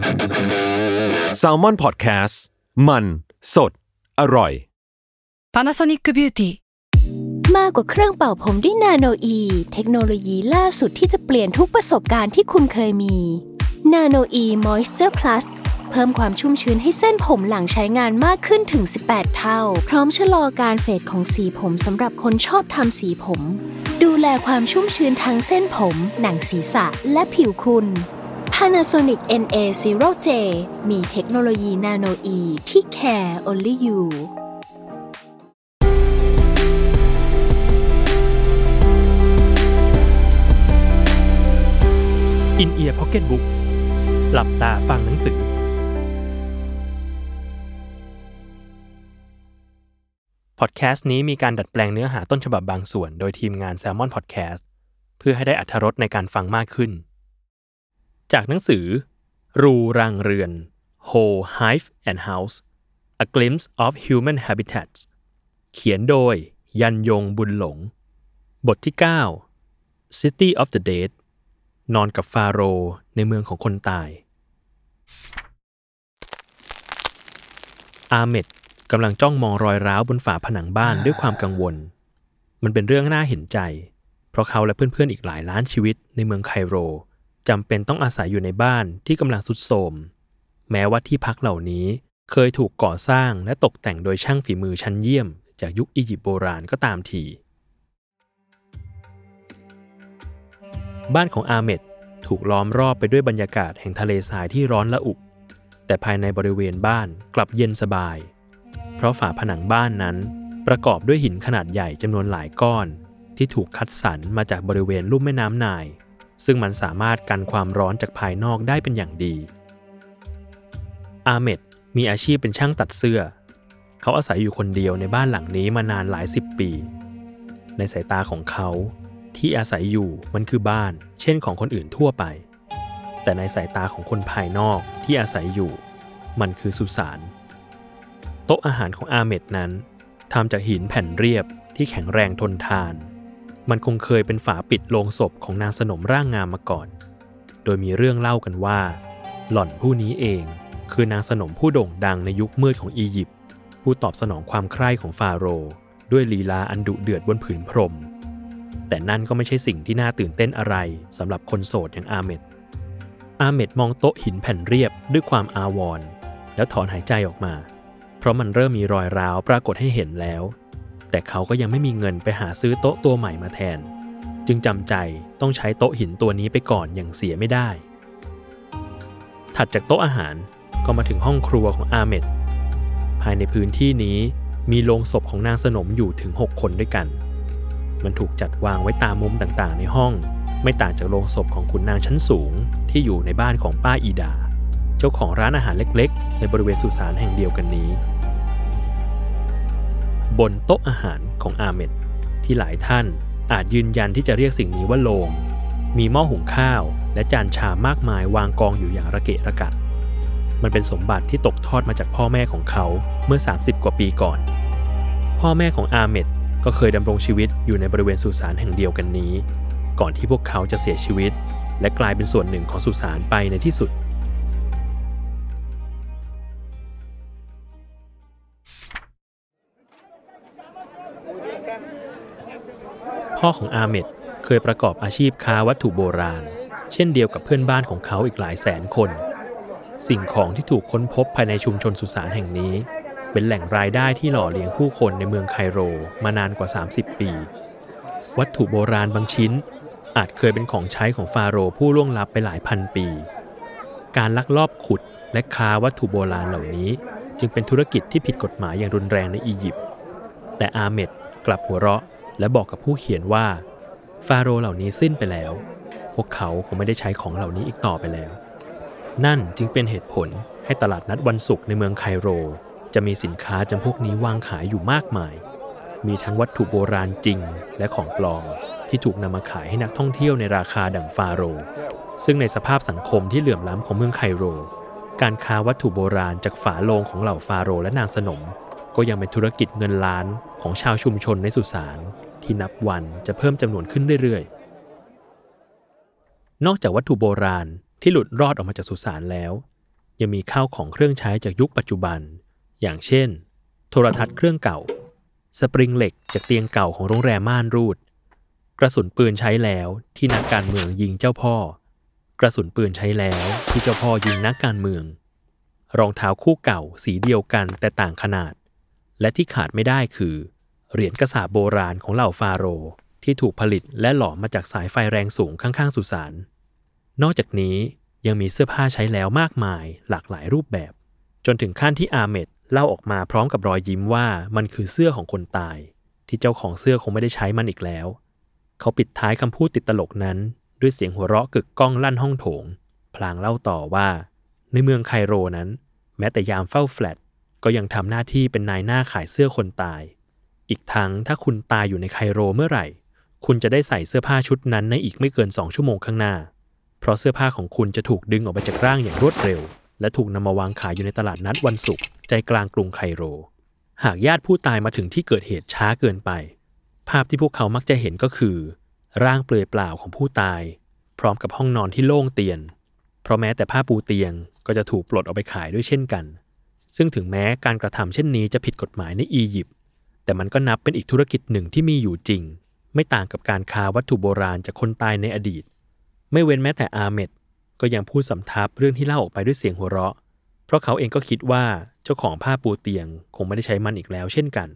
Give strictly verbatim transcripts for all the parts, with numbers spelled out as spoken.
Salmon Podcast มันสดอร่อย Panasonic Beauty มากกว่าเครื่องเป่าผมด้วยนาโนอีเทคโนโลยีล่าสุดที่จะเปลี่ยนทุกประสบการณ์ที่คุณเคยมีนาโนอี Moisture Plus เพิ่มความชุ่มชื้นให้เส้นผมหลังใช้งานมากขึ้นถึงสิบแปดเท่าพร้อมชะลอการเฟดของสีผมสำหรับคนชอบทำสีผมดูแลความชุ่มชื้นทั้งเส้นผมหนังศีรษะและผิวคุณ Panasonic เอ็น เอ ศูนย์ เจ มีเทคโนโลยีนาโนอีที่ care only you In Ear Pocket Book หลับตาฟังหนังสือพอดแคสต์นี้มีการดัดแปลงเนื้อหาต้นฉบับบางส่วนโดยทีมงาน Salmon Podcast เพื่อให้ได้อรรถรสในการฟังมากขึ้นจากหนังสือรูรังเรือน Whole Hive and House A Glimpse of Human Habitats เขียนโดยยันยงบุญหลงบทที่เก้า City of the Deadนอนกับฟาโรห์ในเมืองของคนตายอาเมดกำลังจ้องมองรอยร้าวบนฝาผนังบ้านด้วยความกังวลมันเป็นเรื่องน่าเห็นใจเพราะเขาและเพื่อนๆอีกหลายล้านชีวิตในเมืองไคโรจำเป็นต้องอาศัยอยู่ในบ้านที่กำลังทรุดโทรมแม้ว่าที่พักเหล่านี้เคยถูกก่อสร้างและตกแต่งโดยช่างฝีมือชั้นเยี่ยมจากยุคอียิปต์โบราณก็ตามทีบ้านของอาเมดถูกล้อมรอบไปด้วยบรรยากาศแห่งทะเลทรายที่ร้อนระอุแต่ภายในบริเวณบ้านกลับเย็นสบายเพราะฝาผนังบ้านนั้นประกอบด้วยหินขนาดใหญ่จำนวนหลายก้อนที่ถูกคัดสรรมาจากบริเวณลุ่มแม่น้ำไนล์ซึ่งมันสามารถกันความร้อนจากภายนอกได้เป็นอย่างดีอาเมดมีอาชีพเป็นช่างตัดเสื้อเขาอาศัยอยู่คนเดียวในบ้านหลังนี้มานานหลายสิบปีในสายตาของเขาที่อาศัยอยู่มันคือบ้านเช่นของคนอื่นทั่วไปแต่ในสายตาของคนภายนอกที่อาศัยอยู่มันคือสุสานโต๊ะอาหารของอาเมดนั้นทำจากหินแผ่นเรียบที่แข็งแรงทนทานมันคงเคยเป็นฝาปิดโลงศพของนางสนมร่างงามมาก่อนโดยมีเรื่องเล่ากันว่าหล่อนผู้นี้เองคือนางสนมผู้โด่งดังในยุคมืดของอียิปต์ผู้ตอบสนองความใคร่ของฟาโรห์ด้วยลีลาอันดุเดือดบนผืนพรมแต่นั่นก็ไม่ใช่สิ่งที่น่าตื่นเต้นอะไรสำหรับคนโสดอย่างอาเมดอาเมดมองโต๊ะหินแผ่นเรียบด้วยความอาวรณ์แล้วถอนหายใจออกมาเพราะมันเริ่มมีรอยร้าวปรากฏให้เห็นแล้วแต่เขาก็ยังไม่มีเงินไปหาซื้อโต๊ะตัวใหม่มาแทนจึงจำใจต้องใช้โต๊ะหินตัวนี้ไปก่อนอย่างเสียไม่ได้ถัดจากโต๊ะอาหารก็มาถึงห้องครัวของอาเมดภายในพื้นที่นี้มีโลงศพของนางสนมอยู่ถึงหกคนด้วยกันมันถูกจัดวางไว้ตามมุมต่างๆในห้องไม่ต่างจากโลงศพของขุนนางชั้นสูงที่อยู่ในบ้านของป้าอีดาเจ้าของร้านอาหารเล็กๆในบริเวณสุสานแห่งเดียวกันนี้บนโต๊ะอาหารของอาเมดที่หลายท่านอาจยืนยันที่จะเรียกสิ่งนี้ว่าโลงมีหม้อหุงข้าวและจานชามากมายวางกองอยู่อย่างระเกะระกะมันเป็นสมบัติที่ตกทอดมาจากพ่อแม่ของเขาเมื่อสามสิบกว่าปีก่อนพ่อแม่ของอาเมดก็เคยดำรงชีวิตอยู่ในบริเวณสุสานแห่งเดียวกันนี้ก่อนที่พวกเขาจะเสียชีวิตและกลายเป็นส่วนหนึ่งของสุสานไปในที่สุดพ่อของอาเมดเคยประกอบอาชีพค้าวัตถุโบราณเช่นเดียวกับเพื่อนบ้านของเขาอีกหลายแสนคนสิ่งของที่ถูกค้นพบภายในชุมชนสุสานแห่งนี้เป็นแหล่งรายได้ที่หล่อเลี้ยงผู้คนในเมืองไคโรมานานกว่าสามสิบปีวัตถุโบราณบางชิ้นอาจเคยเป็นของใช้ของฟาโรห์ผู้ล่วงลับไปหลายพันปีการลักลอบขุดและค้าวัตถุโบราณเหล่านี้จึงเป็นธุรกิจที่ผิดกฎหมายอย่างรุนแรงในอียิปต์แต่อาเมดกลับหัวเราะและบอกกับผู้เขียนว่าฟาโรห์เหล่านี้สิ้นไปแล้วพวกเขาคงไม่ได้ใช้ของเหล่านี้อีกต่อไปแล้วนั่นจึงเป็นเหตุผลให้ตลาดนัดวันศุกร์ในเมืองไคโรจะมีสินค้าจำพวกนี้วางขายอยู่มากมายมีทั้งวัตถุโบราณจริงและของปลอมที่ถูกนำมาขายให้นักท่องเที่ยวในราคาดั่งฟาโรห์ซึ่งในสภาพสังคมที่เหลื่อมล้ำของเมืองไคโรการค้าวัตถุโบราณจากฝาโลงของเหล่าฟาโรห์และนางสนมก็ยังเป็นธุรกิจเงินล้านของชาวชุมชนในสุสานที่นับวันจะเพิ่มจำนวนขึ้นเรื่อยๆนอกจากวัตถุโบราณที่หลุดรอดออกมาจากสุสานแล้วยังมีข้าวของเครื่องใช้จากยุคปัจจุบันอย่างเช่นโทรทัศน์เครื่องเก่าสปริงเหล็กจากเตียงเก่าของโรงแรมม่านรูดกระสุนปืนใช้แล้วที่นักการเมืองยิงเจ้าพ่อกระสุนปืนใช้แล้วที่เจ้าพ่อยิงนักการเมืองรองเท้าคู่เก่าสีเดียวกันแต่ต่างขนาดและที่ขาดไม่ได้คือเหรียญกษาปณ์โบราณของเหล่าฟาโรห์ที่ถูกผลิตและหลอมมาจากสายไฟแรงสูงข้างๆสุสานนอกจากนี้ยังมีเสื้อผ้าใช้แล้วมากมายหลากหลายรูปแบบจนถึงขั้นที่อาเมดเล่าออกมาพร้อมกับรอยยิ้มว่ามันคือเสื้อของคนตายที่เจ้าของเสื้อคงไม่ได้ใช้มันอีกแล้วเขาปิดท้ายคำพูดติดตลกนั้นด้วยเสียงหัวเราะกึกก้องลั่นห้องโถงพลางเล่าต่อว่าในเมืองไคโรนั้นแม้แต่ยามเฝ้าแฟลตก็ยังทำหน้าที่เป็นนายหน้าขายเสื้อคนตายอีกทั้งถ้าคุณตายอยู่ในไคโรเมื่อไหร่คุณจะได้ใส่เสื้อผ้าชุดนั้นในอีกไม่เกินสองชั่วโมงข้างหน้าเพราะเสื้อผ้าของคุณจะถูกดึงออกไปจากร่างอย่างรวดเร็วและถูกนำมาวางขายอยู่ในตลาดนัดวันศุกร์ใจกลางกรุงไคโรหากญาติผู้ตายมาถึงที่เกิดเหตุช้าเกินไปภาพที่พวกเขามักจะเห็นก็คือร่างเปลือยเปล่าของผู้ตายพร้อมกับห้องนอนที่โล่งเตียนเพราะแม้แต่ผ้าปูเตียงก็จะถูกปลดออกไปขายด้วยเช่นกันซึ่งถึงแม้การกระทำเช่นนี้จะผิดกฎหมายในอียิปต์แต่มันก็นับเป็นอีกธุรกิจหนึ่งที่มีอยู่จริงไม่ต่างกับการค้าวัตถุโบราณจากคนตายในอดีตไม่เว้นแม้แต่อาเมดก็ยังพูดสำทับเรื่องที่เล่าออกไปด้วยเสียงหัวเราะเพราะเขาเองก็คิดว่าเจ้าของผ้าปูเตียงคงไม่ได้ใช้มันอีกแล้วเช่นกัน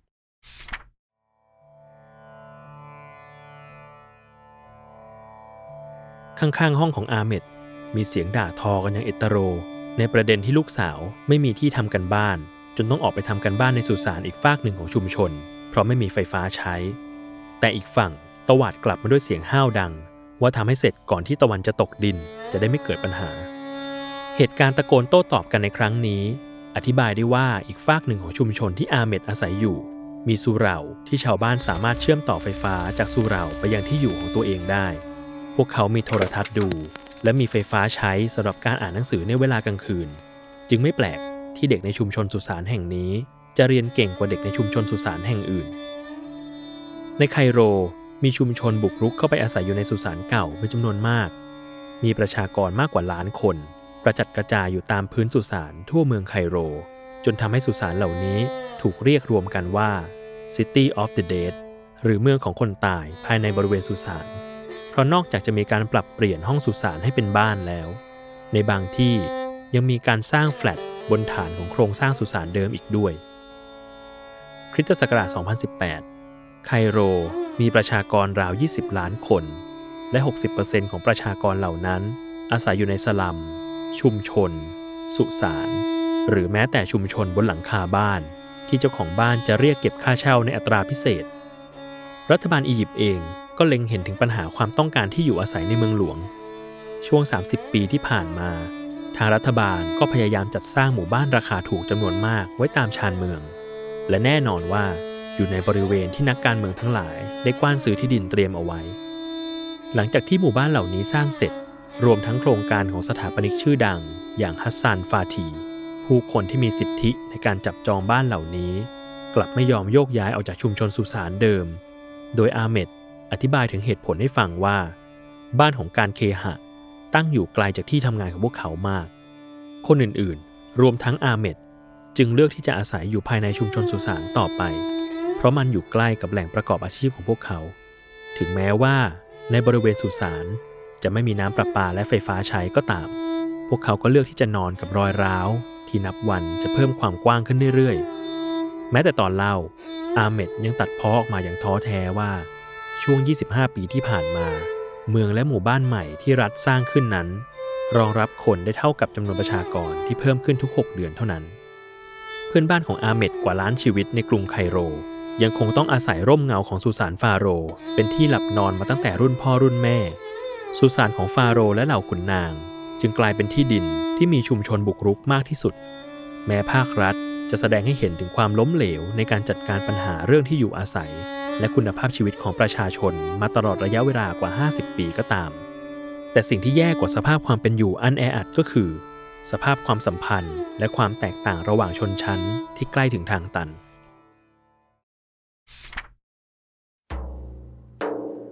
ข้างๆห้องของอาเมดมีเสียงด่าทอกันอย่างเอตโรในประเด็นที่ลูกสาวไม่มีที่ทำกันบ้านจนต้องออกไปทำกันบ้านในสุสานอีกฟากหนึ่งของชุมชนเพราะไม่มีไฟฟ้าใช้แต่อีกฝั่งตวาดกลับมาด้วยเสียงห้าวดังว่าทำให้เสร็จก่อนที่ตะวันจะตกดินจะได้ไม่เกิดปัญหาเหตุการณ์ตะโกนโต้ตอบกันในครั้งนี้อธิบายได้ว่าอีกฟากหนึ่งของชุมชนที่อาเมดอาศัยอยู่มีสุเหร่าที่ชาวบ้านสามารถเชื่อมต่อไฟฟ้าจากสุเหร่าไปยังที่อยู่ของตัวเองได้พวกเขามีโทรทัศน์ดูและมีไฟฟ้าใช้สำหรับการอ่านหนังสือในเวลากลางคืนจึงไม่แปลกที่เด็กในชุมชนสุสานแห่งนี้จะเรียนเก่งกว่าเด็กในชุมชนสุสานแห่งอื่นในไคโรมีชุมชนบุกรุกเข้าไปอาศัยอยู่ในสุสานเก่าเป็นจำนวนมากมีประชากรมากกว่าล้านคนกระจัดกระจายอยู่ตามพื้นสุสานทั่วเมืองไคโรจนทำให้สุสานเหล่านี้ถูกเรียกรวมกันว่า City of the Dead หรือเมืองของคนตายภายในบริเวณสุสานเพราะนอกจากจะมีการปรับเปลี่ยนห้องสุสานให้เป็นบ้านแล้วในบางที่ยังมีการสร้างแฟลตบนฐานของโครงสร้างสุสานเดิมอีกด้วยคริสตศักราช สองพันสิบแปด ไคโรมีประชากรราว ยี่สิบ ล้านคนและ หกสิบเปอร์เซ็นต์ ของประชากรเหล่านั้นอาศัยอยู่ในสลัมชุมชนสุสานหรือแม้แต่ชุมชนบนหลังคาบ้านที่เจ้าของบ้านจะเรียกเก็บค่าเช่าในอัตราพิเศษรัฐบาลอียิปต์เองก็เล็งเห็นถึงปัญหาความต้องการที่อยู่อาศัยในเมืองหลวงช่วงสามสิบปีที่ผ่านมาทางรัฐบาลก็พยายามจัดสร้างหมู่บ้านราคาถูกจำนวนมากไว้ตามชานเมืองและแน่นอนว่าอยู่ในบริเวณที่นักการเมืองทั้งหลายได้กว้านซื้อที่ดินเตรียมเอาไว้หลังจากที่หมู่บ้านเหล่านี้สร้างเสร็จรวมทั้งโครงการของสถาปนิกชื่อดังอย่างฮัสซานฟาทีผู้คนที่มีสิทธิในการจับจองบ้านเหล่านี้กลับไม่ยอมโยกย้ายออกจากชุมชนสุสานเดิมโดยอาเมดอธิบายถึงเหตุผลให้ฟังว่าบ้านของการเคหะตั้งอยู่ไกลจากที่ทำงานของพวกเขามากคนอื่นๆรวมทั้งอาเมดจึงเลือกที่จะอาศัยอยู่ภายในชุมชนสุสานต่อไปเพราะมันอยู่ใกล้กับแหล่งประกอบอาชีพของพวกเขาถึงแม้ว่าในบริเวณสุสานจะไม่มีน้ำประปาและไฟฟ้าใช้ก็ตามพวกเขาก็เลือกที่จะนอนกับรอยร้าวที่นับวันจะเพิ่มความกว้างขึ้นเรื่อยๆแม้แต่ตอนเล่าอาเมดยังตัดพ้อออกมาอย่างท้อแท้ว่าช่วงยี่สิบห้าปีที่ผ่านมาเมืองและหมู่บ้านใหม่ที่รัฐสร้างขึ้นนั้นรองรับคนได้เท่ากับจำนวนประชากรที่เพิ่มขึ้นทุกหกเดือนเท่านั้นเพื่อนบ้านของอาเมดกว่าล้านชีวิตในกรุงไคโรยังคงต้องอาศัยร่มเงาของสุสานฟาโรห์เป็นที่หลับนอนมาตั้งแต่รุ่นพ่อรุ่นแม่สุสานของฟาโรห์และเหล่าขุนนางจึงกลายเป็นที่ดินที่มีชุมชนบุกรุกมากที่สุดแม้ภาครัฐจะแสดงให้เห็นถึงความล้มเหลวในการจัดการปัญหาเรื่องที่อยู่อาศัยและคุณภาพชีวิตของประชาชนมาตลอดระยะเวลากว่าห้าสิบปีก็ตามแต่สิ่งที่แย่กว่าสภาพความเป็นอยู่อันแออัดก็คือสภาพความสัมพันธ์และความแตกต่างระหว่างชนชั้นที่ใกล้ถึงทางตัน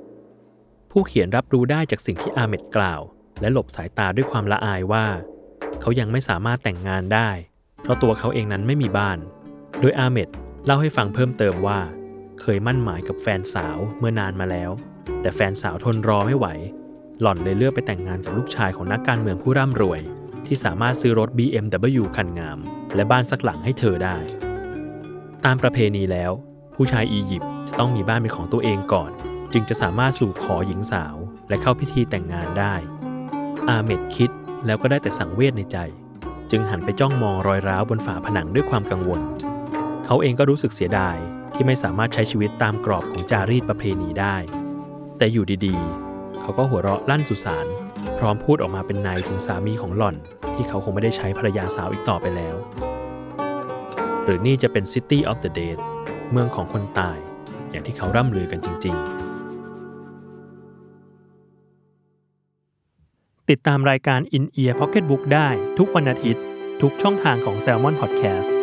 ผู้เขียนรับรู้ได้จากสิ่งที่อาเมดกล่าวและหลบสายตาด้วยความละอายว่าเขายังไม่สามารถแต่งงานได้เพราะตัวเขาเองนั้นไม่มีบ้านโดยอาเมดเล่าให้ฟังเพิ่มเติมว่าเคยมั่นหมายกับแฟนสาวเมื่อนานมาแล้วแต่แฟนสาวทนรอไม่ไหวหล่อนเลยเลือกไปแต่งงานกับลูกชายของนักการเมืองผู้ร่ำรวยที่สามารถซื้อรถ บี เอ็ม ดับเบิลยู คันงามและบ้านสักหลังให้เธอได้ตามประเพณีแล้วผู้ชายอียิปต์จะต้องมีบ้านเป็นของตัวเองก่อนจึงจะสามารถสู่ขอหญิงสาวและเข้าพิธีแต่งงานได้อาเมดคิดแล้วก็ได้แต่สังเวชในใจจึงหันไปจ้องมองรอยร้าวบนฝาผนังด้วยความกังวลเขาเองก็รู้สึกเสียดายที่ไม่สามารถใช้ชีวิตตามกรอบของจารีตประเพณีได้แต่อยู่ดีๆเขาก็หัวเราะลั่นสุสานพร้อมพูดออกมาเป็นในถึงสามีของหล่อนที่เขาคงไม่ได้ใช้ภรรยาสาวอีกต่อไปแล้วหรือนี่จะเป็น City of the Dead เมืองของคนตายอย่างที่เขาร่ำลือกันจริงๆติดตามรายการ In Ear Pocketbook ได้ทุกวันอาทิตย์ทุกช่องทางของ Salmon Podcast